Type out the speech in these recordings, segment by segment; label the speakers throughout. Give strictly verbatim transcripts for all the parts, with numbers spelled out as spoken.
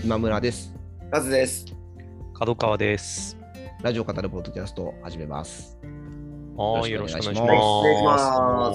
Speaker 1: 今村です。
Speaker 2: カズです。
Speaker 3: 角川です。
Speaker 1: ラジオ語るポッドキャストを始めます。
Speaker 3: はい、よろしくお願いします。
Speaker 2: お願いします。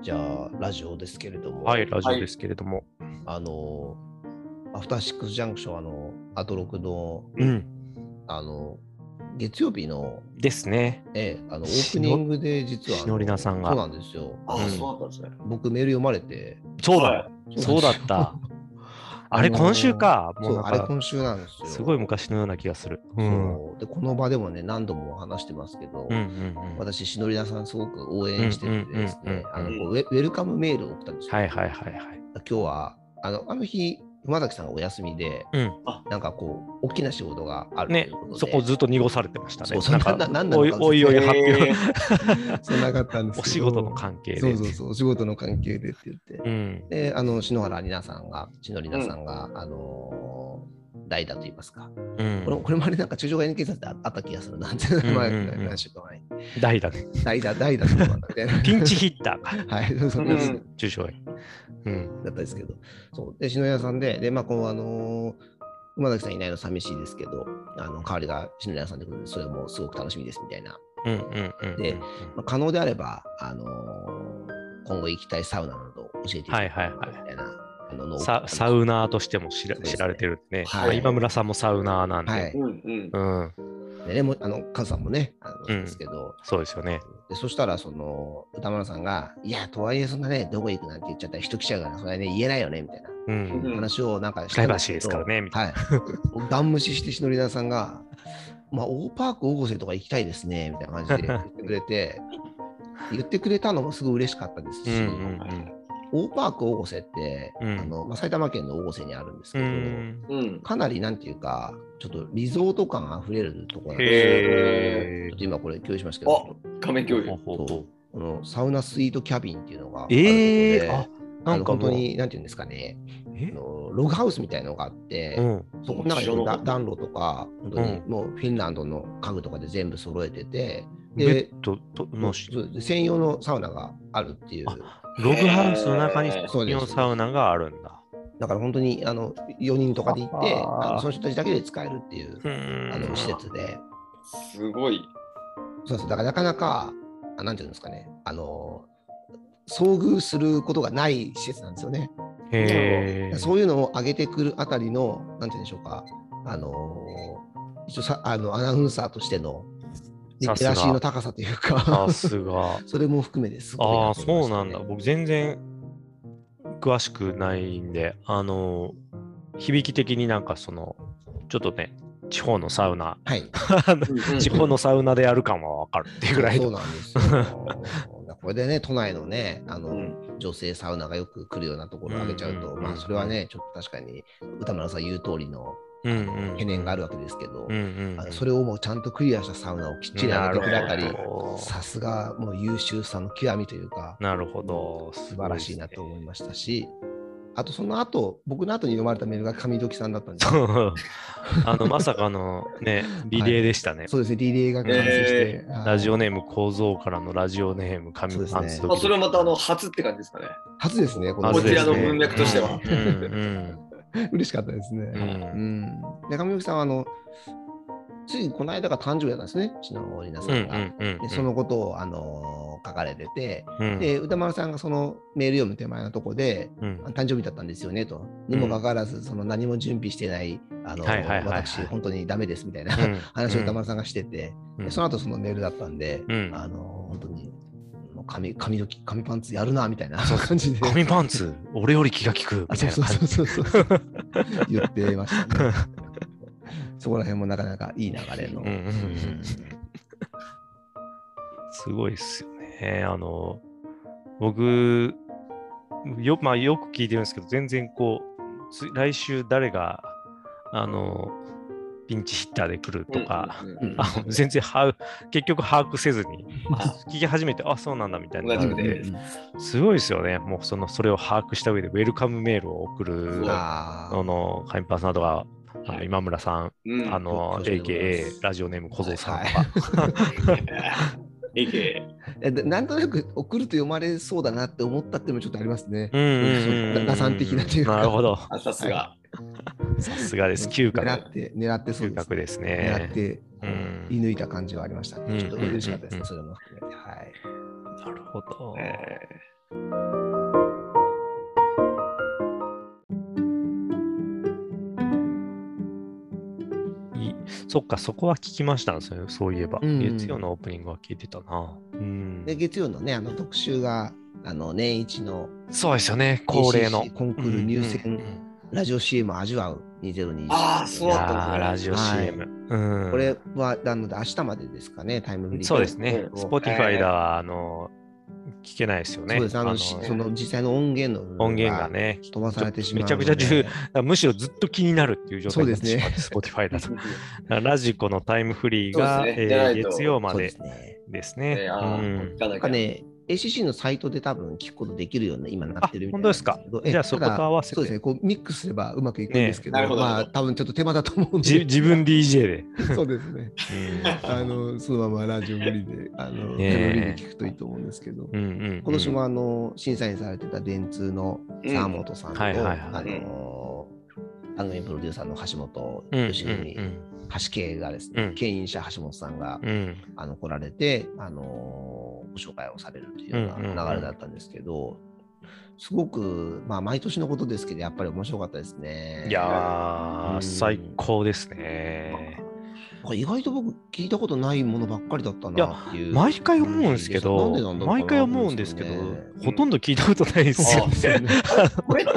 Speaker 1: じゃあラジオですけれども、
Speaker 3: はい、ラジオですけれども、
Speaker 1: はい、あのアフターシックスジャンクション、あのアトロクの、
Speaker 3: うん、
Speaker 1: あの月曜日の
Speaker 3: ですね。
Speaker 1: ええ、あのオープニングで実は
Speaker 3: しのりなさんが、
Speaker 1: そうなんですよ。
Speaker 2: ああ、うん、そうだったんですね。
Speaker 1: 僕メール読まれて、
Speaker 3: そうだ、
Speaker 2: はい、
Speaker 3: そうだった。あれ今週か、
Speaker 1: もうなんかそうあれ今週なんですよ。
Speaker 3: すごい昔のような気がする。
Speaker 1: うん、そうでこの場でもね何度も話してますけど、
Speaker 3: うんうんうん、
Speaker 1: 私しのりなさんすごく応援しててですね、あのこうウェ、ウェルカムメールを送ったんですよ。
Speaker 3: はいはいはいはい。
Speaker 1: 今日はあのあの日熊崎さんがお休みで、うん、なんかこう大きな仕事があるということで、
Speaker 3: ね、そこずっと濁されてましたね。
Speaker 1: そうそう、なんなんなのか
Speaker 3: おいおい発表
Speaker 1: そんなかったんですけど、
Speaker 3: お仕事の関係で、
Speaker 1: そうそうそう、お仕事の関係でって言って、
Speaker 3: うん、
Speaker 1: であの篠原里奈さんが篠里奈さんが、うん、あの代打と言いますか、うん、これこれまでなんか中小概念警察であった気がするなんて名前が何しかない。
Speaker 3: 代打ね。
Speaker 1: 代打代打とかみたいな。
Speaker 3: ピンチヒッターか。
Speaker 1: はい、そうそうです。
Speaker 3: 中小概念。
Speaker 1: うん、だったんですけど、そうで篠原さんででまあこのあのー熊崎さんいないの寂しいですけど、あの代わりが篠原さんで来るので、それもすごく楽しみですみたいな。
Speaker 3: うんうんうんうん、
Speaker 1: で、まあ、可能であれば、あのー、今後行きたいサウナなど教えていただきたいみたいな。はいはいはい、
Speaker 3: サ, サウナーとしても知 ら,、ね、知られてるね、はい、今村さんもサウナーなんで、はいうん
Speaker 1: うん、でね、もあのカズさんもねあの、うん、ですけど、
Speaker 3: そうですよね。
Speaker 1: でそしたらその歌丸さんがいやとはいえそんなねどこ行くなんて言っちゃったら人来ちゃうからそれはね言えないよねみたいな、うん、話をなんか
Speaker 3: したんですけど、ですからねみたいな、
Speaker 1: はい、ガン無視してしのりなさんがまあ大パーク大御瀬とか行きたいですねみたいな感じで言ってくれて言ってくれたのもすごい嬉しかったですし、うんうんうん大パーク大御瀬って、うんあのまあ、埼玉県の大御瀬にあるんですけど、うん、かなりなんていうかちょっとリゾート感あふれるところなんですよ。ちょっと今これ共有しますけど、
Speaker 2: 画面共有
Speaker 1: このサウナスイートキャビンっていうのがあるところで、えー、あなんか本当になんていうんですかね、あのログハウスみたいなのがあって、うん、そこの中に暖炉とか本当にもうフィンランドの家具とかで全部揃えてて、
Speaker 3: でベッドの
Speaker 1: 専用のサウナがあるっていう。
Speaker 3: ログハウスの中に専用サウナがあるんだ。
Speaker 1: だから本当にあのよにんとかで行ってあのその人たちだけで使えるっていうあの施設で。
Speaker 2: すごい。
Speaker 1: そうです。だからなかなかなんていうんですかね、あの遭遇することがない施設なんですよね。へそういうのを上げてくるあたりのなんていうんでしょうか、あの一応さあのアナウンサーとしてのリテラシーの高さというか
Speaker 3: さすが
Speaker 1: それも含めてすごい
Speaker 3: なと思いましたね。ああ、そうなんだ。僕全然詳しくないんで、あの響き的になんかそのちょっとね地方のサウナ、はい、地方のサウナでやる感は分かるっていうぐらい。
Speaker 1: そうなんですよ。これでね都内のねあの、うん、女性サウナがよく来るようなところを上げちゃうと、うんうん、まあそれはねちょっと確かに歌村さん言う通りのあの懸念があるわけですけど、うんうんうん、あのそれをもうちゃんとクリアしたサウナをきっちり上げてくれたり、さすがもう優秀さの極みというか、
Speaker 3: なるほど、
Speaker 1: 素晴らしいなと思いましたし、あとその後僕の後に読まれたメールが上時さんだったんですよ。
Speaker 3: あのまさかのねリレーでしたね。はい、
Speaker 1: そうですね、リレーが完成して、
Speaker 3: えー、ラジオネーム構造からのラジオネーム上パンツ、
Speaker 2: ね、それはまたあの初って感じですかね。
Speaker 1: 初ですね、こ,
Speaker 2: こちらの文脈としては。うん
Speaker 1: うん嬉しかったですね。うんうん、で上時さんはあのついこの間が誕生日だったんですね、篠里奈さんが、うんうんうんうん。でそのことを、あのー、書かれてて、うん、で歌丸さんがそのメール読む手前のとこで、うん、誕生日だったんですよねと、にもかかわらずその何も準備してない、あのーはいはいはいはい、私本当にダメですみたいな、うん、話を歌丸さんがしてて、うん、でその後そのメールだったんで、うん、あのー、本当に紙, 紙, 紙パンツやるなみたいな感じで、
Speaker 3: 紙パンツ俺より気が利くみたいな感じ
Speaker 1: そうそうそうそう言ってましたね。そこら辺もなかなかいい流れの、うんうんうん、
Speaker 3: すごいっすよね。あの僕 よ,、まあ、よく聞いてるんですけど、全然こう来週誰があのピンチヒッターで来るとか、うんうんうん、あ全然結局把握せずに聞き始めてあそうなんだみたいな感じで、すごいですよね。もうそのそれを把握した上でウェルカムメールを送るののカインパースなどがあの今村さん、うん、あの エーケーエー ラジオネーム小僧さんとか、
Speaker 2: はい、エーケーエー
Speaker 1: なんとなく送ると読まれそうだなって思ったっていうのもちょっとありますね。
Speaker 3: うんうんうん、
Speaker 1: 打算的なというか。
Speaker 3: なるほど。
Speaker 2: さすが。
Speaker 3: さすがです。嗅覚。
Speaker 1: 狙って、狙ってそうです、ね。
Speaker 3: 嗅覚ですね。
Speaker 1: 狙って、射抜いた感じはありましたね。ちょっと嬉しかったですね、それも含めて。はい。
Speaker 3: なるほど。えー、いそっか、そこは聞きましたね、そういえば。うん、月曜のオープニングは聞いてたな。うん、
Speaker 1: で月曜のね、あの特集があの年一の
Speaker 3: そうですよね、恒例の
Speaker 1: コンクール入選、うんうんうん、ラジオ シーエム 味わうにせんにじゅういち。
Speaker 2: ああ、そうだったんですね。
Speaker 3: ラジオ シーエム。はい、うん、
Speaker 1: これはなので明日までですかね、タイムフリー。
Speaker 3: そうですね。Spotify では、あの、聞けないですよね。
Speaker 1: そうです。あの、あのその実際の音源の
Speaker 3: 音源がね、
Speaker 1: 飛ばされてしまうので。
Speaker 3: めちゃくちゃ重要、むしろずっと気になるっていう状態になってしまって、
Speaker 1: そうです
Speaker 3: ね、Spotify だと。ラジコのタイムフリーが、ねえー、月曜までですね。
Speaker 1: なんかね、エーシーシー のサイトで多分聞くことできるように今なってるみたい
Speaker 3: なんですけど。本当ですか。じゃあそこと合わせて。
Speaker 1: そうですね。こうミックスすればうまくいくんですけど、ね、まあ多分ちょっと手間だと思うん
Speaker 3: で。自分 ディージェー で。
Speaker 1: そうですね。あのそのままラジオ無理で、あのタイムフリーで聞くといいと思うんですけど、今年もあの審査員されてた電通の沢本さんと、あの番組プロデューサーの橋本良文、橋系がですね、牽引者橋本さんが、あの来られて、あのご紹介をされるというような流れだったんですけど、すごく、まあ、毎年のことですけど、やっぱり面白かったですね。
Speaker 3: いやー、うん、最高ですね。
Speaker 1: 意外と僕、聞いたことないものばっかりだったなっていう。いや、
Speaker 3: 毎回思うんですけど、毎回思うんですけど、ほとんど聞いたことないですよね。
Speaker 2: これって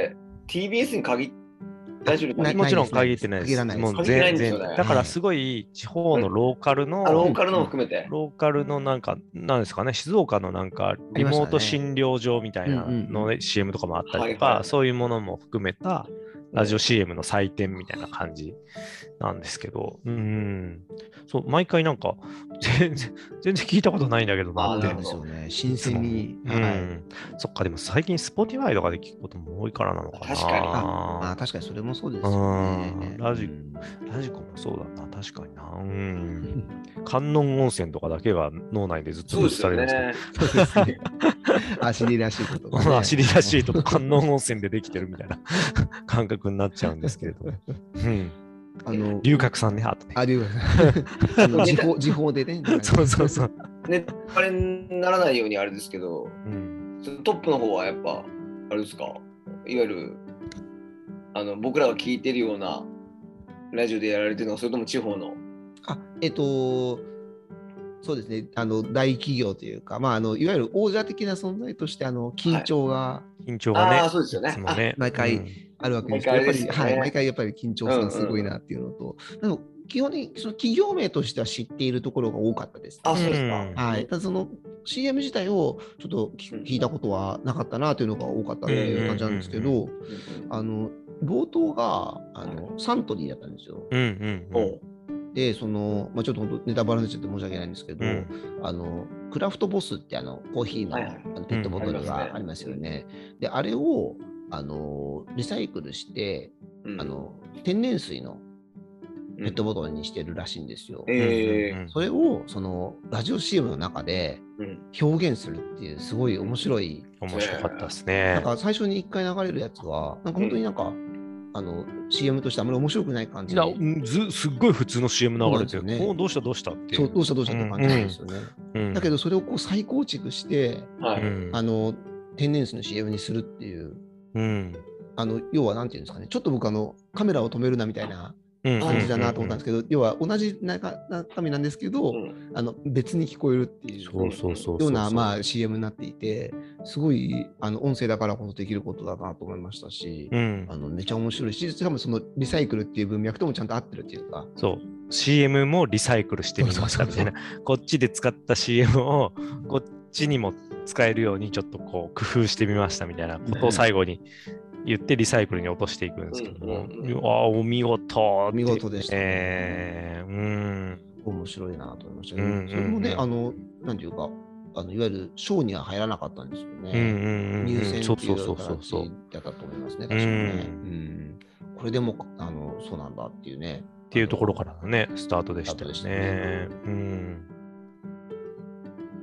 Speaker 2: ティービーエス に限って、
Speaker 3: もちろん限ってないです。もう全然。だからすごい地方のローカルの、
Speaker 2: ローカルのも含めて。
Speaker 3: ローカルのなんか、なんですかね、静岡のなんかリモート診療所みたいなので シーエム とかもあったりとか、そういうものも含めたラジオ シーエム の祭典みたいな感じなんですけど、うん、そう、毎回なんか全然、全然聞いたことないんだけどなって。
Speaker 1: そうですよね。新鮮に。
Speaker 3: うん。そっか、でも最近 Spotify とかで聞くことも多いからなのかな。
Speaker 2: 確かに。
Speaker 1: ああ、確かにそれもそうですよね。
Speaker 3: ラジラジコもそうだな、確かにな。うん。観音温泉とかだけが脳内でずっと
Speaker 2: 映されるんです
Speaker 1: けど。そうですね。足りらしいこと、ね。
Speaker 3: 足りらしいと観音温泉でできてるみたいな感覚になっちゃうんですけれども。うん。あの龍角さんね、あとね。
Speaker 1: あ、龍角さん。時報、時報でね。
Speaker 3: そうそうそう。
Speaker 2: ね、あれにならないようにあれですけど、うん、トップの方はやっぱ、あれですか、いわゆる、あの、僕らが聞いてるようなラジオでやられてるのか、それとも地方の。
Speaker 1: あ、えっと、そうですね、あの大企業というか、まあ、あのいわゆる王者的な存在として、あの緊張が、は
Speaker 2: い、
Speaker 3: 緊張がね、
Speaker 2: あそうですよね、
Speaker 3: ね
Speaker 1: 毎回あるわけですけど、うん、やっぱり、ね、はい、毎回やっぱり緊張さすごいなっていうのと、うんうん、基本的にその企業名としては知っているところが多かったです、ね。
Speaker 2: あ、そうですか。
Speaker 1: はい、ただその シーエム 自体をちょっと聞いたことはなかったなというのが多かったっていう感じなんですけど、あの冒頭があのサントリーだったんですよ。
Speaker 3: うんうんうん
Speaker 1: で、その、まあ、ちょっと本当ネタバレになっちゃって申し訳ないんですけど、うん、あのクラフトボスってあのコーヒーの、はいはい、あのペットボトルがありますよね。うん、で、あれをあのリサイクルして、うん、あの天然水のペットボトルにしてるらしいんですよ。
Speaker 2: うんえー、
Speaker 1: それをそのラジオ シーエム の中で表現するっていうすごい面白い。
Speaker 3: 面白かったですね。
Speaker 1: なんか最初にいっかい流れるやつは、なんか本当になんか、うんあの シーエム としてあんまり面白くない感じで。
Speaker 3: ずすっごい普通の シーエム 流れてる、ね、おどうしたどうしたっていう。
Speaker 1: そうどうしたどうしたって感じなんですよね。うんうん、だけどそれをこう再構築して、はい、あの天然水の シーエム にするっていう、うん、あの要はなんていうんですかね、ちょっと僕あのカメラを止めるなみたいな感じだなと思ったんですけど、要は同じ中身なんですけど、うん、あの別に聞こえるっていうようなまあ シーエム になっていて、すごいあの音声だからこそできることだなと思いましたし、うん、あのめちゃ面白いし、しかもそのリサイクルっていう文脈ともちゃんと合ってるっていうか。
Speaker 3: そう シーエム もリサイクルしてみましたみたいな、こっちで使った シーエム をこっちにも使えるようにちょっとこう工夫してみましたみたいなことを最後に言ってリサイクルに落としていくんですけども、うんうんうん、ああお見事
Speaker 1: 見事でしたね、
Speaker 3: えー、うん
Speaker 1: 面白いなと思いましたけど、うんうんうん、それもねあのなんていうかあのいわゆる賞には入らなかったんですよね、うんうんうん、入選っていう形だったと思いますね、確かにね、うんうん、これでもあのそうなんだっていうね
Speaker 3: っていうところからのねスタートでしたよね、ね、うん、
Speaker 1: あ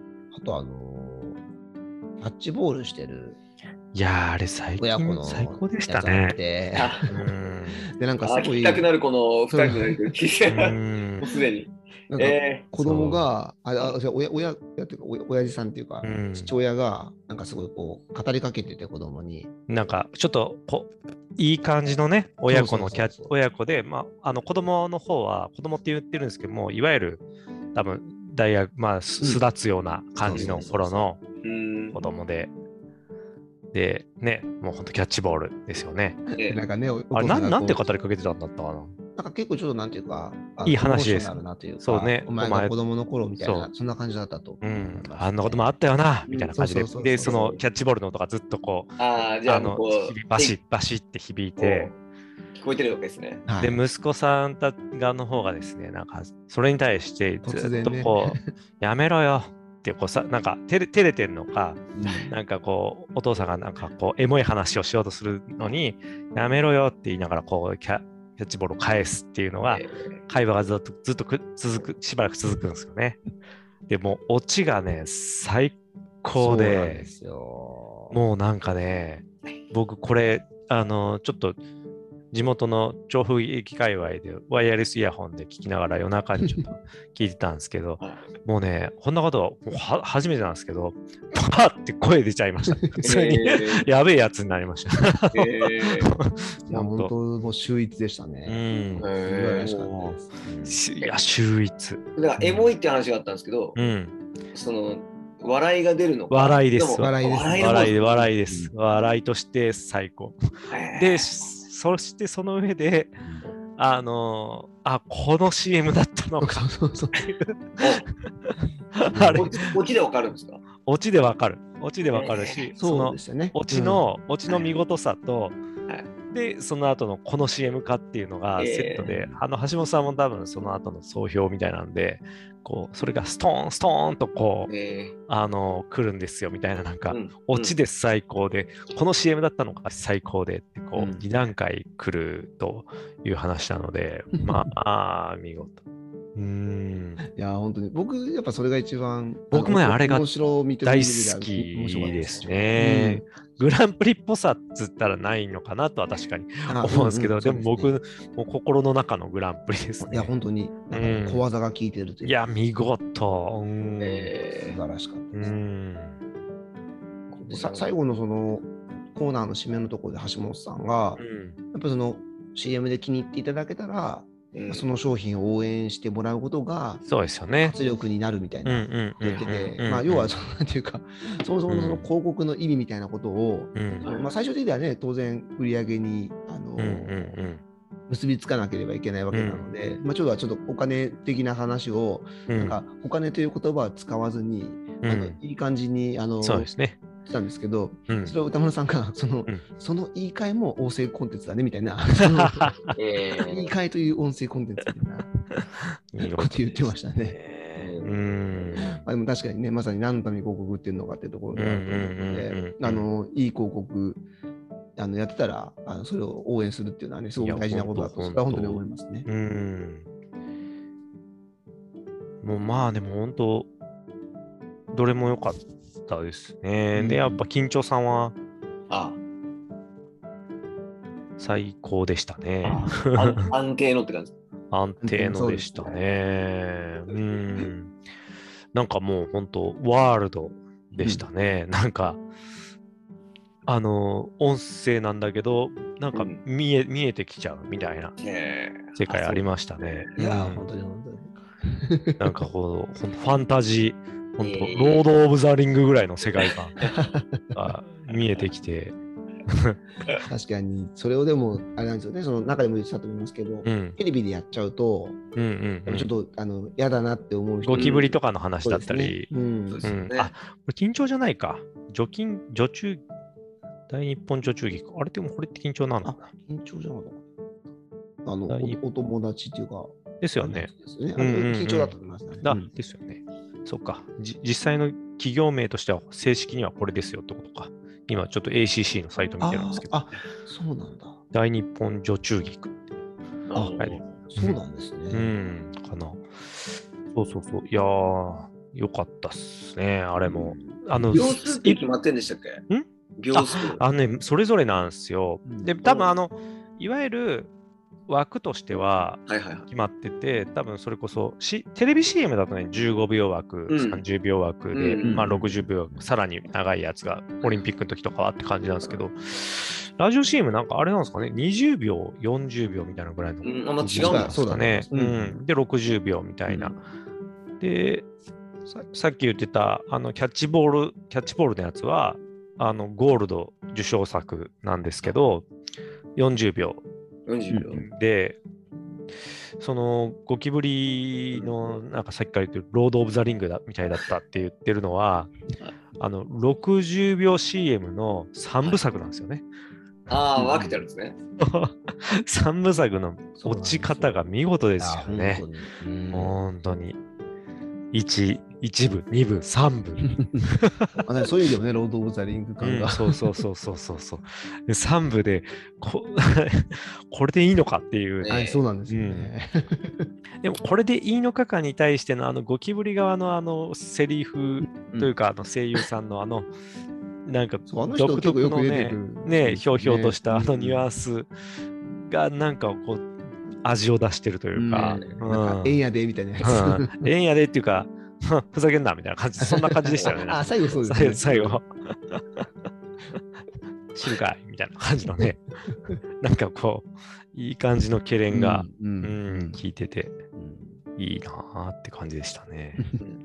Speaker 1: とあのー、キャッチボールしてる
Speaker 3: いやー、あれ最
Speaker 1: 親子の
Speaker 3: 近最高でしたね。
Speaker 1: で、なんかすごい。
Speaker 2: 聞きたくなるこのふたりのやりとり聞いて、もうすでに。
Speaker 1: なんか子供が、えー、ああ親親っていうか親父さんっていうか、うん、父親がなんかすごいこう語りかけてて子供に
Speaker 3: なんかちょっとこいい感じのね親子のキャッ親子で、まあ、あの子供の方は子供って言ってるんですけどもいわゆる多分大学まあ巣立つような感じの頃の子供で。でね、もう本当キャッチボールですよね。
Speaker 1: なんかね、
Speaker 3: あれなんなんて語りかけてたんだったかな。
Speaker 1: なんか結構ちょっとなんていうか、
Speaker 3: いい話です。
Speaker 1: そうね。お前が子供の頃みたいな、そんな感じだったと。
Speaker 3: うん。あんなこともあったよな、みたいな感じで。で、そのキャッチボールの音がずっとこう、
Speaker 2: あじゃあの
Speaker 3: バシッバシッって響いて、
Speaker 2: 聞こえてるわけですね。
Speaker 3: で、息子さん側の方がですね、なんかそれに対してずっとこう、やめろよ。ってこうさなんか照れ照れてんのか、うん、なんかこうお父さんがなんかこうエモい話をしようとするのにやめろよって言いながらこうキャキャッチボールを返すっていうのが、えー、会話がずっとずっとく続くしばらく続くんですよね。でもオチがね最高 で,
Speaker 1: そうなんですよ
Speaker 3: もうなんかね僕これあのちょっと地元の調布駅界隈でワイヤレスイヤホンで聞きながら夜中にちょっと聞いてたんですけどもうねこんなことは初めてなんですけどパーって声出ちゃいました普通に、えー、やべえやつになりました、え
Speaker 1: ー、いや本当もう秀逸でしたね、うんえ
Speaker 3: ー、いや秀逸
Speaker 2: だからエモいって話があったんですけど、うん、その笑いが出るのか
Speaker 3: 笑いです
Speaker 1: 笑いです
Speaker 3: 笑い笑い笑いです、うん、笑いとして最高でそしてその上で、あのー、あ、この シーエム だったのか。
Speaker 2: あれ、オチでわかるんですか？
Speaker 3: オチでわかる。オチでわかるし、えー、そのそ、ね、オチの、うん、オチの見事さと、はい、で、その後のこの シーエム 化っていうのがセットで、えー、あの橋本さんも多分その後の総評みたいなんで、こうそれがストーンストーンとこう、えー、あの来るんですよみたいななんか、うん、オチで最高で、うん、この シーエム だったのが最高でってこう、うん、にだんかい来るという話なので、まあ見事。うーん
Speaker 1: いや本当に僕やっぱそれが一番
Speaker 3: 僕もねあれが大
Speaker 1: 好
Speaker 3: きですね、うん、グランプリっぽさっつったらないのかなとは確かに思うんですけど、うんうん、でも僕、ね、もう心の中のグランプリですね。
Speaker 1: いや本当になんか小技が効いてるという、
Speaker 3: うん、いや見事、うん、
Speaker 1: えー、素晴らしかったです、うんでさ最後のそのコーナーの締めのところで橋本さんが、うん、やっぱその シーエム で気に入っていただけたらうん、その商品を応援してもらうことが
Speaker 3: そうですよね
Speaker 1: 活力になるみたいな言ってて、まあ要はそのなんていうかそもそもその広告の意味みたいなことを、うんまあ、最終的にはね当然売り上げにあの、うんうんうん、結びつかなければいけないわけなので、うんまあ、ちょっとはちょっとお金的な話を、うん、なんかお金という言葉は使わずに、うん、あのいい感じにあの
Speaker 3: そうですね
Speaker 1: たんですけど、うん、それを歌丸さんがその、うん、その言い換えも音声コンテンツだねみたいなえー、言い換えという音声コンテンツみたいなこと言ってましたね。うんまあ、でも確かにねまさに何のために広告っていうのかっていうところがあると思うので、あのいい広告あのやってたらあのそれを応援するっていうのはねすごく大事なことだとそれは本当に思いますね。うん
Speaker 3: もうまあでも本当どれも良かったですね、うん、でやっぱ緊張さんはあ最高でしたね。
Speaker 2: 安定のって感じ
Speaker 3: 安定のでしたね。うん。なんかもう本当ワールドでしたね。うん、なんかあの音声なんだけどなんか見え、うん、見えてきちゃうみたいな世界ありましたね。
Speaker 1: いや、うん、本当に本当
Speaker 3: に。なんかこうファンタジー本当、えー、ロード・オブ・ザ・リングぐらいの世界観が見えてきて
Speaker 1: 確かにそれをでもあれなんですよねその中でも言ってたと思いますけど、うん、テレビでやっちゃうと、うんうんうん、ちょっとあの嫌だなって思う人
Speaker 3: ゴキブリとかの話だったり、ねうんうん、あこれ緊張じゃないか除菌除虫大日本除虫劇あれでもこれって緊張なの
Speaker 1: あ緊張じゃなかったあの お, お友達っていうか
Speaker 3: ですよね
Speaker 1: 緊張だったと思いますね、
Speaker 3: うん、ですよねそうか実際の企業名としては正式にはこれですよってことか今ちょっと エーシーシー のサイト見てるんですけど
Speaker 1: あそうなんだ
Speaker 3: 大日本除虫菊って
Speaker 1: あ、はい、そうなんですね
Speaker 3: うん、うん、かなそうそうそういやーよかったっすね、あれも。あの、
Speaker 2: 秒数って決まってんでしたっけ？
Speaker 3: ん
Speaker 2: 秒数。
Speaker 3: あのね、それぞれなんですよ。で、多分あの、いわゆる枠としては決まってて、多分それこそしテレビ シーエム だとね、じゅうごびょう枠、うん、さんじゅうびょう枠で、うん、まあ、ろくじゅうびょう、さらに長いやつがオリンピックの時とかはって感じなんですけど、ラジオ シーエム なんかあれなんですかね、にじゅうびょう、よんじゅうびょうみたいなぐらいの。
Speaker 2: うん、あんま違うん
Speaker 3: ですかね。うん。で、ろくじゅうびょうみたいな。うん、でさ、さっき言ってたあのキャッチボール、キャッチボールのやつは、あのゴールド受賞作なんですけど、よんじゅうびょう。
Speaker 2: よんじゅうびょう。
Speaker 3: で、そのゴキブリのなんかさっきから言ってるロード・オブ・ザ・リングだみたいだったって言ってるのは、あのろくじゅうびょう シーエム のさんぶさくなんですよね。
Speaker 2: ああ、分けてあるんですね。
Speaker 3: さんぶさくの落ち方が見事ですよね。本当に。いち、いちぶ、にぶ、さんぶ。
Speaker 1: あ、そういう意味でもね、ロード・オブ・ザ・リング感が、
Speaker 3: うん。そうそうそうそうそうそう。さんぶでこ、これでいいのかっていう。
Speaker 1: はい、そうなんですよね。
Speaker 3: うん、でも、これでいいのかかに対しての、あの、ゴキブリ側のあの、セリフというか、あの、声優さんのあの、なんか、独特のね、ね、ひょうひょうとしたあのニュアンスが、なんかこう、味を出してるというか、
Speaker 1: えんやでみたいなやつ。
Speaker 3: えんやでっていうか、ふざけんなみたいな感じ、そんな感じでしたよね。
Speaker 1: あ、最後そうですね。
Speaker 3: 最後。知るかいみたいな感じのね、なんかこう、いい感じのけれんが、うん、聞いてて、いいなーって感じでしたね。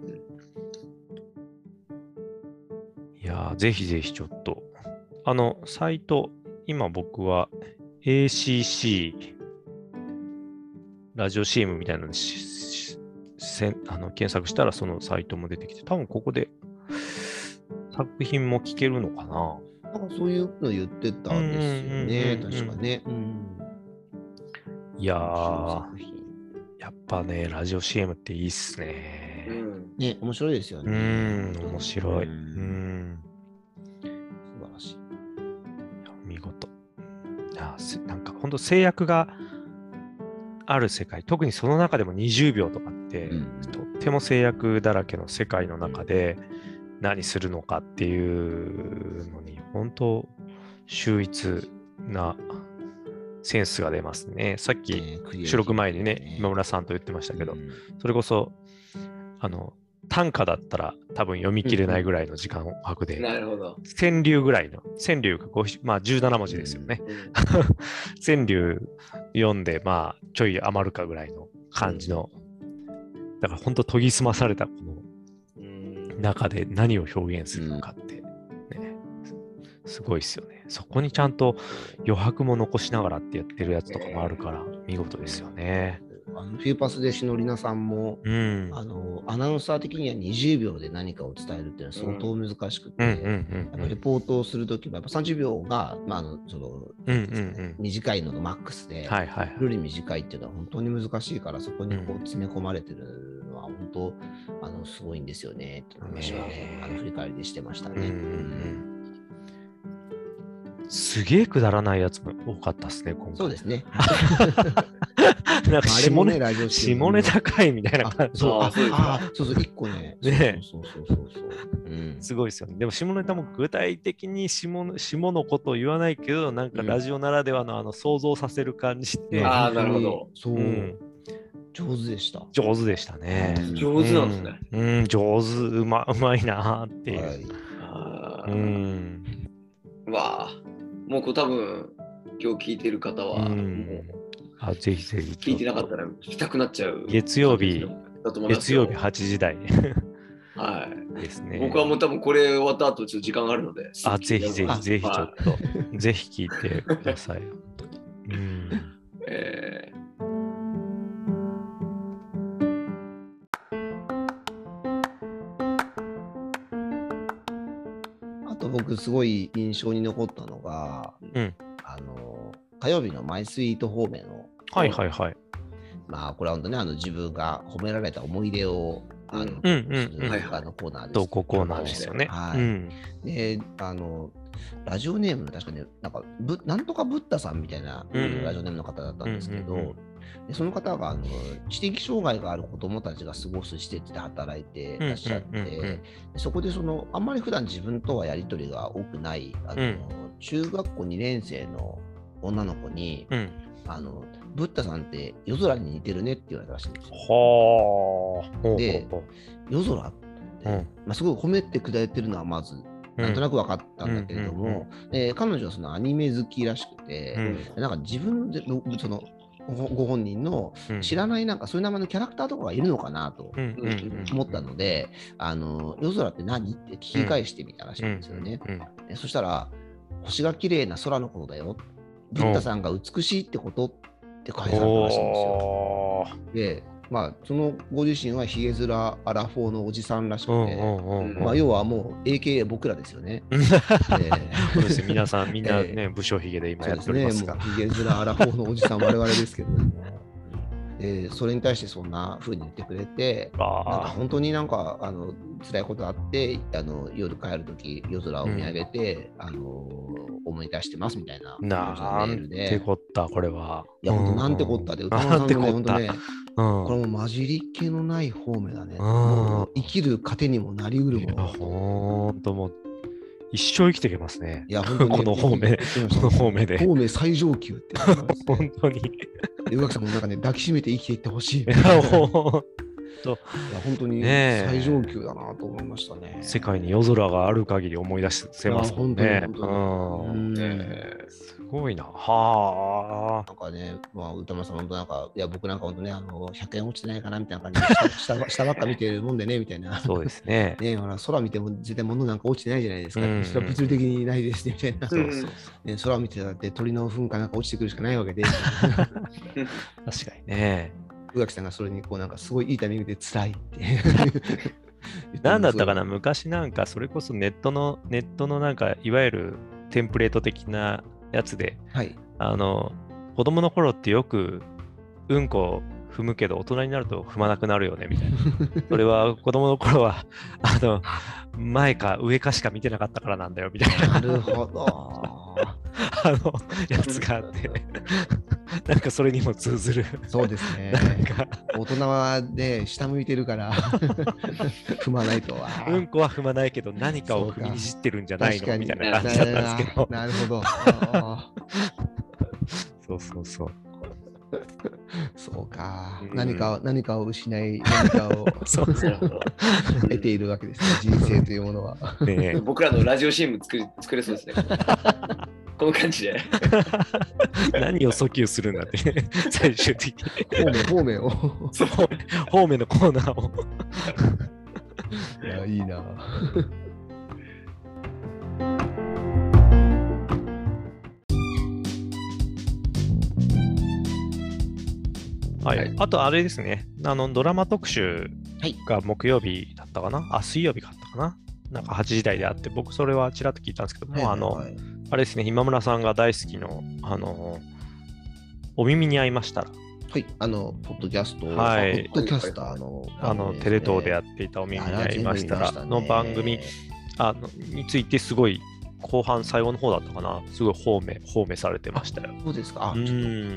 Speaker 3: いやー、ぜひぜひちょっと、あの、サイト、今僕は エーシーシー、ラジオ シーエム みたいなのであの検索したらそのサイトも出てきて、多分ここで作品も聞けるのかな。
Speaker 1: なんかそういうの言ってたんですよね、確かね。うん、
Speaker 3: いやー、やっぱね、ラジオ シーエム っていいっすね。
Speaker 1: うん、ね、面白いですよね。
Speaker 3: うん、面白い。うん。
Speaker 1: 素晴らしい。い
Speaker 3: や見事。いや、なんか本当制約がある世界、特にその中でもにじゅうびょうとかって、うん、とっても制約だらけの世界の中で何するのかっていうのに本当秀逸なセンスが出ますね。さっき収録前にね、今村さんと言ってましたけど、うん、それこそあの短歌だったら多分読み切れないぐらいの時間枠で、
Speaker 2: なるほど。
Speaker 3: 川柳ぐらいの、川柳がまあじゅうななもじですよね。うん、川柳読んで、まあちょい余るかぐらいの感じの、うん、だから本当研ぎ澄まされたこの中で何を表現するのかって、ね、すごいですよね。そこにちゃんと余白も残しながらってやってるやつとかもあるから、見事ですよね。
Speaker 1: あのフィーパスで篠里奈さんも、うん、あのアナウンサー的にはにじゅうびょうで何かを伝えるっていうのは相当難しくて、レポートをするときはやっぱさんじゅうびょうが、まあ、あのその短いののマックスで、はいはい、より短いっていうのは本当に難しいから、そこにこう詰め込まれてるのは本当あのすごいんですよねって話は、ね、あの振り返りでしてましたね。うんうんうん
Speaker 3: すげえくだらないやつも多かったですね、今回。
Speaker 1: そうですね。
Speaker 3: なんか下ネタ、ね、下ネタかいみたいな感じ。
Speaker 1: そうそうそう、一個ね。
Speaker 3: ね
Speaker 1: そうそうそうそう。うん、
Speaker 3: すごいですよね。でも下ネタも具体的に下下のことを言わないけど、なんかラジオならではのあの想像させる感じで。
Speaker 2: うん、ああ、なるほど。
Speaker 1: そう、うん。上手でした。
Speaker 3: 上手でしたね。
Speaker 2: 上手なんですね。
Speaker 3: うん、うん、上手、うまうまいなーっていう。はい、
Speaker 2: あ
Speaker 3: うん。
Speaker 2: わあ。もうこう多分今日聞いてる方は、うん、もう
Speaker 3: あぜひぜひ
Speaker 2: 聞いてなかったら聞きたくなっちゃう
Speaker 3: 月曜日月曜日はちじ台
Speaker 2: はい
Speaker 3: ですね。
Speaker 2: 僕はもう多分これ終わった後ちょっと時間があるので、
Speaker 3: あぜひぜひぜひちょっと、はい、ぜひ聞いてください。うん、えー
Speaker 1: 僕すごい印象に残ったのが、うん、あの火曜日のマイスイート方面の、
Speaker 3: はいはいはい、
Speaker 1: まあこれは本当にあの自分が褒められた思い出をあの、うんうんうん、あのコーナーです。
Speaker 3: 投稿コーナーですよね。
Speaker 1: はい。うん、であのラジオネーム確かになんかぶなんとかブッダさんみたいな、うん、ラジオネームの方だったんですけど、うんうんうん、 でその方があの知的障害がある子どもたちが過ごす施設で働いていらっしゃって、うんうんうんうん、そこでそのあんまり普段自分とはやり取りが多くないあの、うん、中学校にねん生の女の子に、うん、あのブッダさんって夜空に似てるねって言われたらしいんですよ。はあ。で、夜空って、うんまあ、すごい褒めてくれてるのはまずなんとなく分かったんだけれども、うんうんうんえー、彼女はそのアニメ好きらしくて、うん、なんか自分でそのご本人の知らないなんかそういう名前のキャラクターとかがいるのかなと思ったので、あの夜空って何って聞き返してみたらしいんですよね。うんうんうん、そしたら星が綺麗な空のことだよ。ブッダさんが美しいってことって返されたらしいんですよ。でまあ、そのご自身はヒゲ面アラフォーのおじさんらしくて、まあ、要はもう エーケーエー 僕らですよね。
Speaker 3: そうです皆さんみんなね、えー、武将ヒゲで今やっておりますが。
Speaker 1: ヒゲ面アラフォーのおじさん我々ですけど、ね、でそれに対してそんな風に言ってくれて、なんか本当になんかあの辛いことあってあの夜帰るとき夜空を見上げて、うん、あの思い出してますみたいな
Speaker 3: なんてこったこれは。
Speaker 1: いや、本当なんてこったで、歌丸さんのね、本当ね、うん、これも混じりっ気のない方面だね。うん、もう生きる糧にもなりうるもの。
Speaker 3: 本当もう一生生きていけますね。
Speaker 1: いや、本当に、
Speaker 3: この方面、この方面で。
Speaker 1: 方面最上級って、
Speaker 3: ね。本当に。
Speaker 1: 宇垣さんもなんかね、抱きしめて生きていってほしい。いや、本当に最上級だなと思いましたね。
Speaker 3: 世界に夜空がある限り思い出せますもんね。
Speaker 1: 本当に本当に。
Speaker 3: すごいな。は
Speaker 1: あ。なんかね、まあ、歌丸さん、本当なんか、いや、僕なんか本当ね、あの、ひゃくえん落ちてないかなみたいな感じで、下, 下ばっか見てるもんでね、みたいな。
Speaker 3: そうですね。
Speaker 1: ね、ほら、空見ても絶対物なんか落ちてないじゃないですか。うんうん、それは物理的にないですね、みたいな。そうそうそう。ね、空見てたって鳥の糞かなんか落ちてくるしかないわけで。
Speaker 3: 確かにね。
Speaker 1: 宇垣さんがそれにこうなんかすごいいいタイミングで辛いって
Speaker 3: 何だったかな昔なんかそれこそネットのネットのなんかいわゆるテンプレート的なやつで、はい、あの子供の頃ってよくうんこ踏むけど大人になると踏まなくなるよねみたいなそれは子供の頃はあの前か上かしか見てなかったからなんだよみたいな
Speaker 1: なるほど
Speaker 3: あのやつがあってなんかそれにも通ずる
Speaker 1: そうですねなんか大人はね下向いてるから踏まないとは
Speaker 3: うんこは踏まないけど何かを踏みにじってるんじゃないのみたいな感じだったんですけど
Speaker 1: なるほど
Speaker 3: そうそうそう
Speaker 1: そうか、うん、何か何かを失い何かをそうそう得ているわけですね人生というものは、
Speaker 2: ね、僕らのラジオ シーエム 作り作れそうですねこの感じで
Speaker 3: 何を訴求するんだって最終的に
Speaker 1: 方面方面を
Speaker 3: そう方面のコーナーを
Speaker 1: いやいいな
Speaker 3: はい、あとあれですね、あのドラマ特集が木曜日だったかな、はい、あ、水曜日だったかな、なんかはちじ台であって、僕それはちらっと聞いたんですけども、はいはいはい、あの、あれですね、今村さんが大好きの、あの、お耳に合いましたら。
Speaker 1: はい、あの、ポッドキャスト、
Speaker 3: はい、
Speaker 1: ポッドキャスターの、ね、
Speaker 3: あの、テレ東でやっていたお耳に合いましたらの番組あのについてすごい、後半最後の方だったかな、すごい方面、方面されてましたよ。
Speaker 1: そうですか。あ、うん。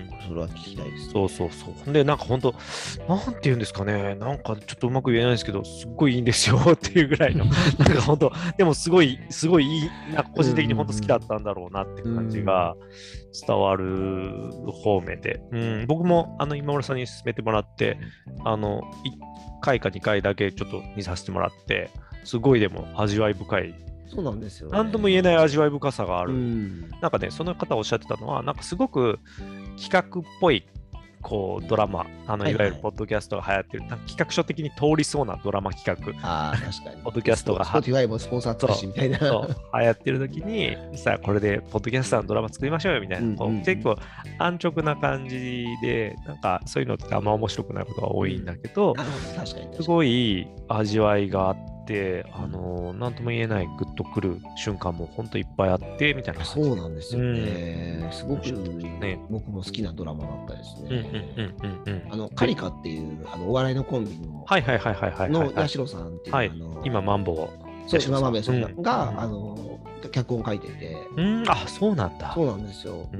Speaker 1: それは聞きたいです、ね。
Speaker 3: そうそうそう。で、なんか本当、なんて言うんですかね、なんかちょっとうまく言えないですけど、すっごいいいんですよっていうぐらいの、なんか本当、でもすごい、すごいいい、なんか個人的に本当好きだったんだろうなっていう感じが伝わる方面で、うん、僕もあの今村さんに勧めてもらって、あの、いっかいかにかいだけちょっと見させてもらって、すごいでも味わい深い。
Speaker 1: そうなんですよ、ね。
Speaker 3: 何とも言えない味わい深さがある。うん、なんかね、その方おっしゃってたのは、なんかすごく企画っぽいこうドラマ、あのいわゆるポッドキャストが流行ってる、はいはい、企画書的に通りそうなドラマ企画。
Speaker 1: ああ、確かに。
Speaker 3: ポッドキャストが
Speaker 1: スポティファイもスポンサー投資みたいな。
Speaker 3: そう流行ってる時に、さあこれでポッドキャストのドラマ作りましょうよみたいな、うんうんうん、結構安直な感じで、なんかそういうのってあんま面白くないことが多いんだけど、うん、確かに確かにすごい味わいがあって。であの何とも言えないグッとくる瞬間も本当いっぱいあってみたいな。
Speaker 1: そうなんですよね、うん、すごく、ね、僕も好きなドラマだったですね。あのカリカっていうあのお笑いのコンビの
Speaker 3: はいはいはいはいはい
Speaker 1: の八代さんっていう、はい、
Speaker 3: あの今マンボウ
Speaker 1: そう今マンボウさんが、うん、あの脚本書いてて。
Speaker 3: うん、あ、そうなんだ。
Speaker 1: そうなんですよ。うん、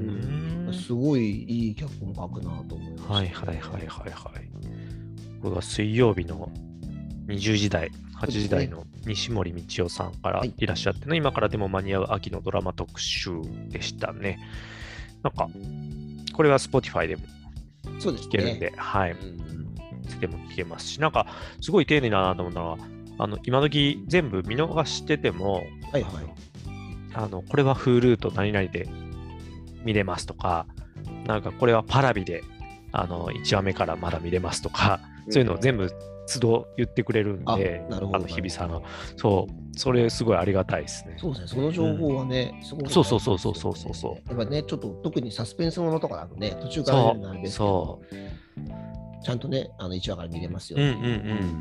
Speaker 1: すごいいい脚本書くなと思いました。
Speaker 3: はいはいはいはいはい。これは水曜日のにじゅうじ台、はちじ台の西森道夫さんからいらっしゃっての、はい、今からでも間に合う秋のドラマ特集でしたね。なんか、これは Spotify でも聞けるんで、でね、はい。いつでも聞けますし、なんか、すごい丁寧だなと思うのは、あの今時全部見逃してても、はいはい、あのこれは Hulu と何々で見れますとか、なんかこれはパラビであのいちわめからまだ見れますとか、そういうのを全部都度言ってくれるんで、あの日比さんの、そう、それすごいありがたいですね。
Speaker 1: そうですね、その情報はね、
Speaker 3: うん、すごく、そうそうそうそうそうそうそう。
Speaker 1: やっぱね、ちょっと特にサスペンスものとかだとね、途中から見るのなんですけど、そうちゃんとね、あのいちわから見れますよ、ね。
Speaker 3: うんうんうん。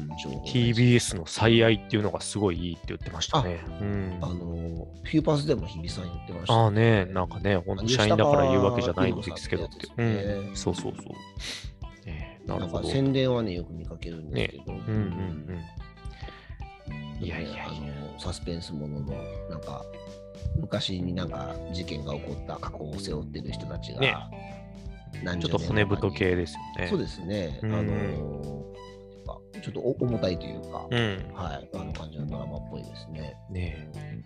Speaker 3: ティービーエス の最愛っていうのがすごいいいって言ってましたね。
Speaker 1: あ、うん、あのフューパースでも日比さん言ってました、
Speaker 3: ね。ああね、なんかね、本当社員だから言うわけじゃないんですけどって。ね、うん、そうそうそう。
Speaker 1: ね、なるほど。なんか宣伝はね、よく見かけるんですけど。ね、うんうんうん。いやいやいや、あのサスペンスものの、なんか、昔になんか事件が起こった過去を背負ってる人たちが、ね、
Speaker 3: ちょっと骨太系ですよね。
Speaker 1: そうですね。あのちょっと重たいというか、うん、はい、あの感じのドラマっぽいですね。ね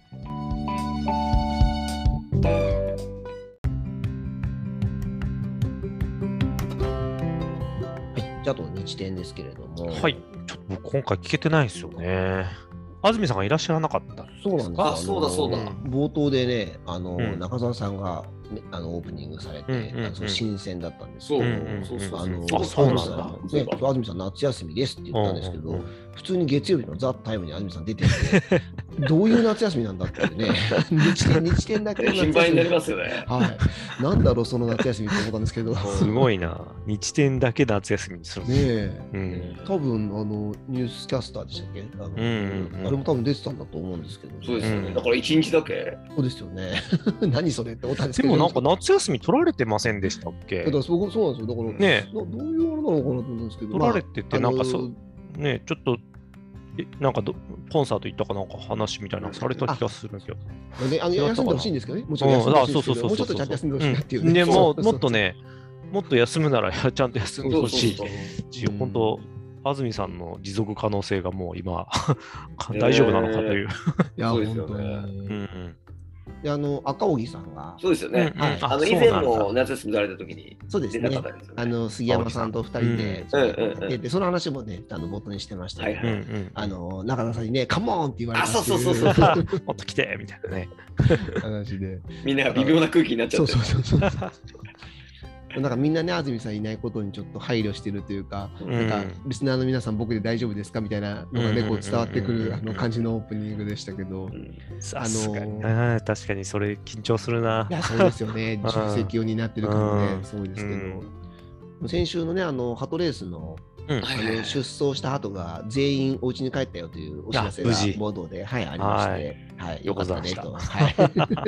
Speaker 1: はい、じゃあ、あと日展ですけれども。
Speaker 3: はい、ちょっと僕今回聞けてないんですよね。安住さんがいらっしゃらなかったんですか？
Speaker 1: そうなんです。
Speaker 2: あ、そうだそうだ。
Speaker 1: 冒頭でね、あの、うん、中澤さんが、ね、あのオープニングされて、うんうんうん、新鮮だったんですけど、そうそうそう。あの、
Speaker 3: そうなんだ。
Speaker 1: ね、安住さん夏休みですって言ったんですけど、うんうんうん、普通に月曜日のザ・タイムに安住さん出てて、どういう夏休みなんだっていうね、日天日天だけの夏休み。
Speaker 2: 心配になりますよね。
Speaker 1: はい。なんだろうその夏休みって思ったんですけど。
Speaker 3: すごいな。日天だけ夏休みにする。
Speaker 1: ねえ、うん。多分あのニュースキャスターでしたっけ？あの、うんうんうん、あれも多分出てたんだと思うんですけど、ね。
Speaker 2: そうですよね。だから一日だけ。
Speaker 1: そうですよね。何それって思ったんですけど。
Speaker 3: でもなんか夏休み取られてませんでしたっけ？
Speaker 1: だから僕そうなんですよ。だからね、どういうあれなのかなと思うんですけど。
Speaker 3: 取られててなんかそう、ね、ちょっと。なんかどコンサート行ったかなんか話みたいなのされた気がするけど。
Speaker 1: ね、あの休んでほしいんですけどね。もちろん休んでほしいんですけど、もうちょっとちゃんと休んでほしいなっていう、ね。
Speaker 3: でももっとね、もっと休むならちゃんと休んでほしい。本当、安住さんの持続可能性がもう今大丈夫なのかという。
Speaker 1: いや、そうですよね。で、あの赤荻さんが
Speaker 2: そうですよね。はい、あの以前も夏休みされた時に
Speaker 1: そうですね。あの杉山さんとふたりで出て、その話もね、あの冒頭にしてましたけど、あの中田さんにね、カモンって言われた。
Speaker 3: そうそうそうそう。もっと来てみたいなね
Speaker 1: 話で、
Speaker 2: みんなが微妙な空気になっちゃって。
Speaker 1: そうそうそうそう。なんかみんなね、安住さんいないことにちょっと配慮してるというか、うん、なんかリスナーの皆さん僕で大丈夫ですかみたいなのがね、こう伝わってくるあの感じのオープニングでしたけど、うん、
Speaker 3: あの確かにそれ緊張するな。
Speaker 1: いや、そうですよね。重責を担ってるからね、そうですけど、うん、先週のね、あのハトレースの、うん、あの出走したハトが全員お家に帰ったよというお知らせがボードで、はい、ありまして、はい、よかったねと、はい、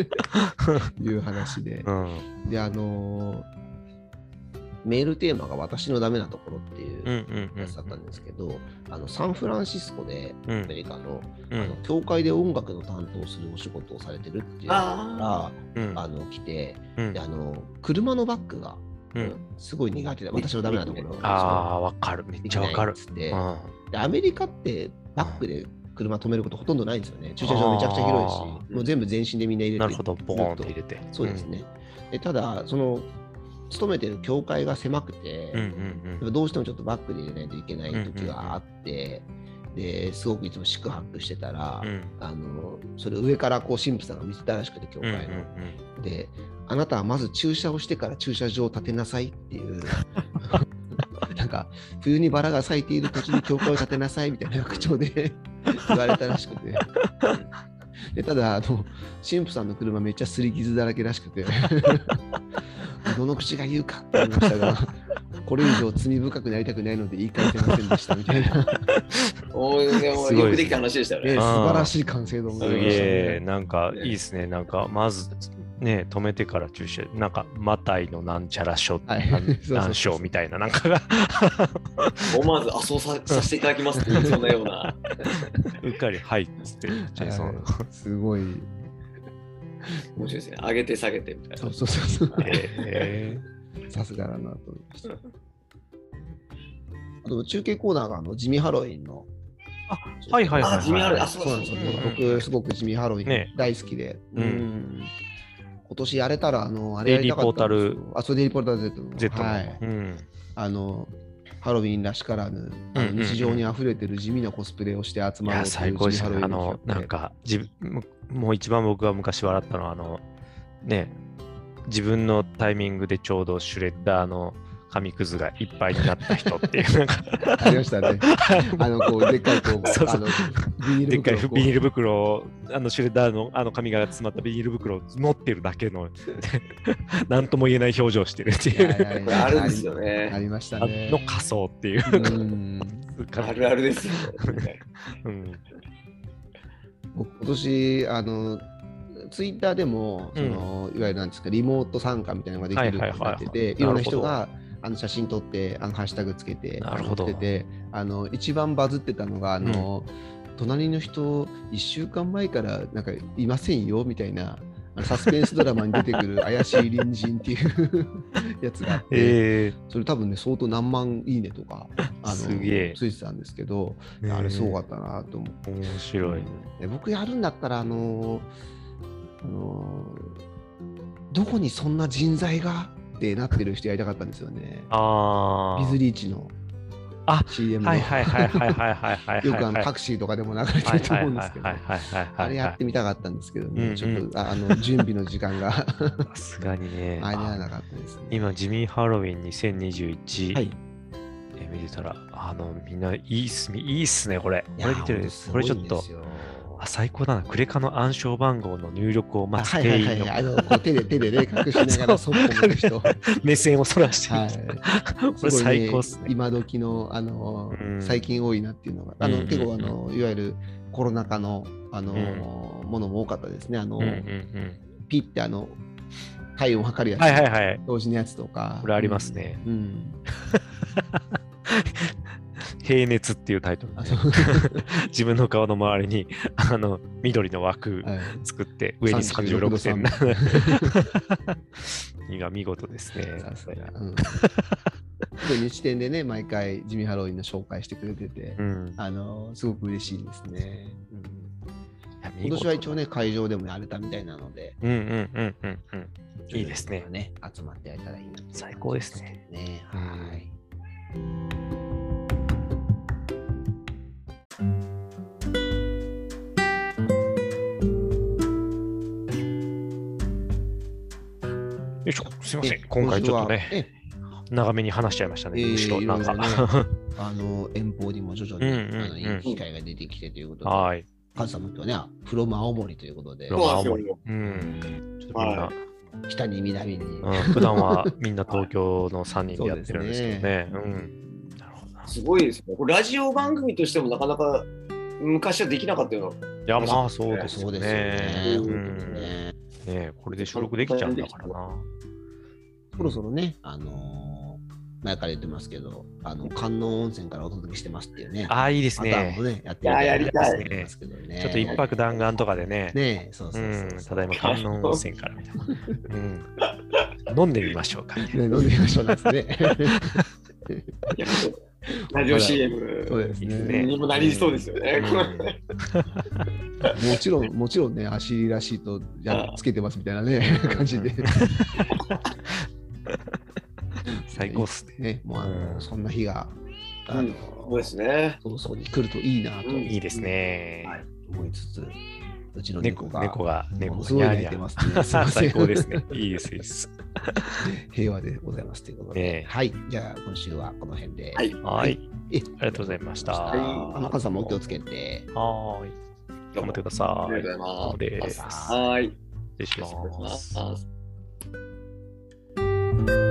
Speaker 1: いう話で、うん、で、あのーメールテーマが私のダメなところっていうやつだったんですけど、あのサンフランシスコでアメリカの、うん、あの教会で音楽の担当するお仕事をされてるっていうのが、うん、あの来て、うん、であの車のバックが、うん、すごい苦手で私のダメなところなんですよ。
Speaker 3: ああ、わかる、めっちゃわかる。
Speaker 1: で、でアメリカってバックで車止めることほとんどないんですよね。駐車場めちゃくちゃ広いし、もう全部全身でみんな入れて。
Speaker 3: なるほど、ボーンと入れて。
Speaker 1: そうですね。でただその勤めてる教会が狭くて、うんうんうん、どうしてもちょっとバックで入れないといけない時があって、うんうんうん、ですごくいつも四苦八苦してたら、うん、あのそれ上からこう神父さんが見てたらしくて、教会の、うんうんうん、であなたはまず駐車をしてから駐車場を建てなさいっていうなんか冬にバラが咲いている土地に教会を建てなさいみたいな口調で言われたらしくてでただあの神父さんの車めっちゃすり傷だらけらしくてどの口が言うかって言いましたが、これ以上罪深くなりたくないので言い返せませんでしたみたいな。
Speaker 2: おー、でもよくできた話でしたよね。
Speaker 1: 素晴らしい完成度もありましたね。
Speaker 3: なんかいいですね。なんかまずね、止めてから駐車、なんかマタイのなんちゃら書、はい、何章みたいななんかが
Speaker 2: 思わずあそう さ, させていただきますって言いそうなような。
Speaker 3: うっかりはいっつって言っちゃいそうな。
Speaker 1: すごい。
Speaker 2: 面白いですね。上げて下げてみたいな。
Speaker 1: そうそうそうそう。
Speaker 3: え
Speaker 1: さすがだなと思いました。あと中継コーナーがあの地味ハロウィンの。
Speaker 3: あ、はいはいはい、はい。
Speaker 2: あ、地味ハロウィン。あ、
Speaker 1: そうなんですよ。僕すごく地味ハロウィン大好きで。
Speaker 3: うん。
Speaker 1: 今年やれたらあのあれやりたかったんですよ。あ、そうデイリーポータル Z の。
Speaker 3: Z の。
Speaker 1: はい。あの。ハロウィンらしからぬ、あの日常にあふれてる地味なコスプレをして集まる。いや、
Speaker 3: 最高ですね。あの、なんか自分、もう一番僕が昔笑ったのは、あの、ね、自分のタイミングでちょうどシュレッダーの紙くずがいっぱいになった人っていう、なんか
Speaker 1: ありましたね。あの、こう、でっかい、こう、
Speaker 3: そうそうでっかいビニール袋を、あのシュレッダーのあの紙が詰まったビニール袋を持ってるだけの、なんとも言えない表情をしてるっていう。
Speaker 2: これあるんですよね。
Speaker 1: ありましたね。
Speaker 3: の仮装っていう。
Speaker 2: あるあるですよね。
Speaker 1: うん、僕、今年、あの、ツイッターでも、その、いわゆるなんですか、リモート参加みたいなのができるようになってて、いろんな人が、あの写真撮ってあのハッシュタグつけて撮ってて、あの一番バズってたのがあの、うん、隣の人いっしゅうかんまえからなんかいませんよみたいなサスペンスドラマに出てくる怪しい隣人っていうやつがあって、えー、それ多分ね相当何万いいねとかあのついてたんですけど、えー、あれすごかったなと思って。
Speaker 3: 面白い、
Speaker 1: うん、僕やるんだったらあのあのどこにそんな人材がってなってる人やりたかったんですよね。
Speaker 3: ああ。
Speaker 1: ビズリーチの シーエム の。
Speaker 3: はいはいはいはいはいはい。
Speaker 1: よくあのタクシーとかでも流れてると思うんですけど、あれやってみたかったんですけどね、ちょっとあの準備の時間がさ
Speaker 3: すがにね。
Speaker 1: 間に合わなかったですね。
Speaker 3: 今、ジミー・ハロウィンにせんにじゅういち、はい、え見てたら、あの、みんないいっす、いいっすね、これ。これ見てるんです。これちょっと。あ、最高だな。クレカの暗証番号の入力を待つ店員
Speaker 1: の手で手でね隠しながらそっぽ向く人
Speaker 3: 目線をそらしてる、はい、これ最高っすね。
Speaker 1: 今時のあの最近多いなっていうのがあの結構あのいわゆるコロナ禍のあのものも多かったですね。あのピッてあの体温を測るやつ、
Speaker 3: はいはいはい、
Speaker 1: 同時のやつとか
Speaker 3: これありますね。
Speaker 1: うんうん
Speaker 3: 平熱っていうタイトルで、ね、自分の顔の周りにあの緑の枠作って、はい、上にさんじゅうろくてん今見事ですね。さすが、うん、
Speaker 1: 日展でね毎回ジミーハロウィンの紹介してくれてて、うん、あのすごく嬉しいですね。うん、今年は一応ね会場でもやれたみたいなので、
Speaker 3: うんうんうんうんうん、いいですね。
Speaker 1: ね集まってやれたらいいな、ね、
Speaker 3: 最高ですね。
Speaker 1: ねはい。
Speaker 3: よいしょ、すみません。今回ちょっとね、長めに話しちゃいましたね。むしろなんか、ね、
Speaker 1: あの遠方にも徐々に、うんうんうん、あのいい機会が出てきてということで、はい。カズさんも今日ね、フロム青森ということで、
Speaker 3: フロム青森。うん。ちょっとみんな、はい、
Speaker 1: 北に南に、うん。
Speaker 3: 普段はみんな東京のさんにんでやってるんですけどね。うん。
Speaker 2: なるほど。すごいですね。これラジオ番組としてもなかなか昔はできなかったような。
Speaker 3: いや、まあそうです
Speaker 1: よね。
Speaker 3: ねえ、これで収録できちゃうんだからな。
Speaker 1: そろそろね、あのー、前から言ってますけど、あの観音温泉からお届けしてますっていうね。
Speaker 3: ああ、いいですね。
Speaker 1: ねやって
Speaker 2: みたい
Speaker 1: ですけどね。
Speaker 3: ちょっと一泊弾丸とかでね。
Speaker 1: ねそうそうそう
Speaker 3: ただいま観音温泉からみたいな。うん、飲んでみましょうか。
Speaker 1: ね、飲んでみましょうですね。
Speaker 2: ラジオ シーエム
Speaker 1: そうですね。
Speaker 2: にもなりそうですよね。
Speaker 1: もちろん、もちろんね、足らしいとやつけてますみたいなね、感じで。
Speaker 3: 最高っす
Speaker 1: ね。もうあのそんな日が、
Speaker 2: あのそうですね。
Speaker 1: 早々に来るといいなと。
Speaker 3: いいですね。
Speaker 1: 思いつつ、うちの猫が、
Speaker 3: 猫が、猫
Speaker 1: が、すごい泣いてますね。
Speaker 3: 最高ですね。いいです、いいです。
Speaker 1: 平和でございますということで。はい。じゃあ、今週はこの辺で。
Speaker 3: はい。ありがとうございました。
Speaker 1: あの、カズさんもお気をつけて。
Speaker 3: はい。頑張ってください。
Speaker 2: ありがとうございます。
Speaker 3: はい。
Speaker 2: 失礼します。